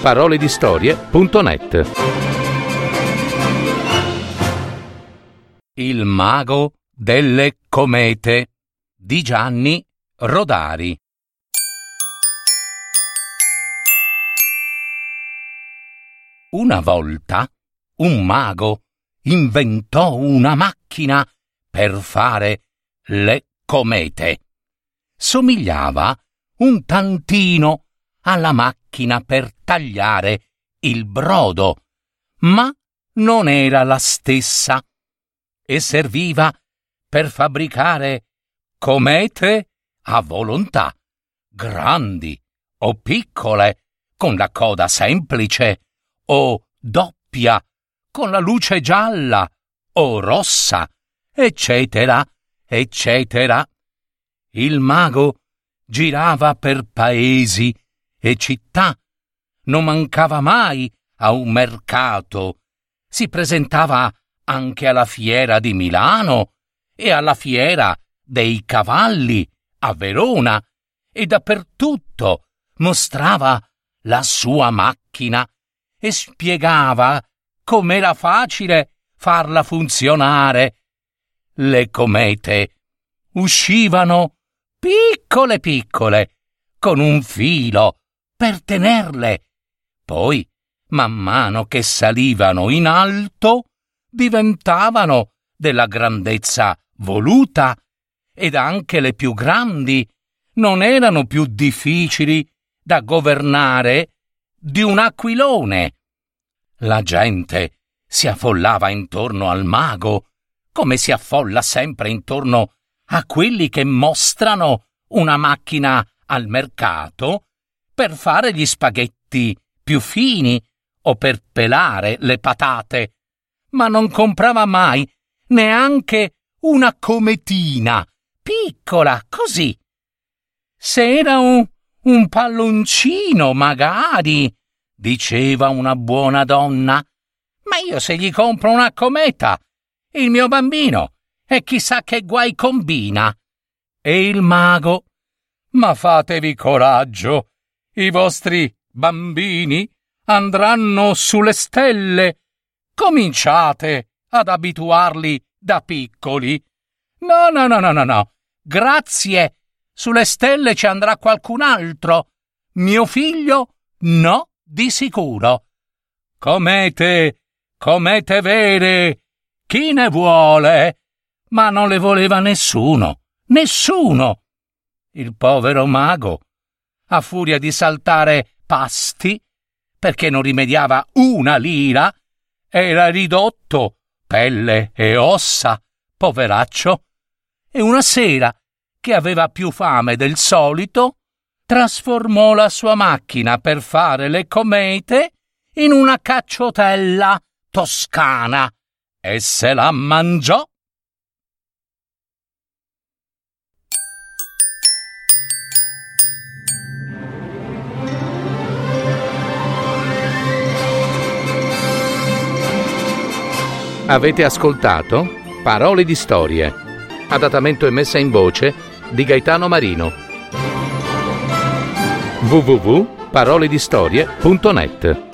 www.paroledistorie.net. Il mago delle comete di Gianni Rodari. Una volta un mago inventò una macchina per fare le comete. Somigliava un tantino alla macchina per tagliare il brodo, ma non era la stessa e serviva per fabbricare comete a volontà, grandi o piccole, con la coda semplice o doppia, con la luce gialla o rossa, eccetera, eccetera. Il mago girava per paesi e città, non mancava mai a un mercato, si presentava anche alla fiera di Milano e alla fiera dei cavalli a Verona, e dappertutto mostrava la sua macchina e spiegava com'era facile farla funzionare. Le comete uscivano piccole piccole, con un filo per tenerle. Poi, man mano che salivano in alto, diventavano della grandezza voluta, ed anche le più grandi non erano più difficili da governare di un aquilone. La gente si affollava intorno al mago, come si affolla sempre intorno a quelli che mostrano una macchina al mercato per fare gli spaghetti più fini o per pelare le patate, ma non comprava mai neanche una cometina piccola così. Se era un palloncino, magari, diceva una buona donna, ma io se gli compro una cometa, il mio bambino, e chissà che guai combina. E il mago: ma fatevi coraggio, i vostri bambini andranno sulle stelle, cominciate ad abituarli da piccoli. No, grazie, sulle stelle ci andrà qualcun altro, mio figlio no, di sicuro. Comete vere, chi ne vuole? Ma non le voleva nessuno. Il povero mago, a furia di saltare pasti, perché non rimediava una lira, era ridotto pelle e ossa, poveraccio. E una sera, che aveva più fame del solito, trasformò la sua macchina per fare le comete in una cacciotella toscana e se la mangiò. Avete ascoltato Parole di Storie, adattamento e messa in voce di Gaetano Marino. www.paroledistorie.net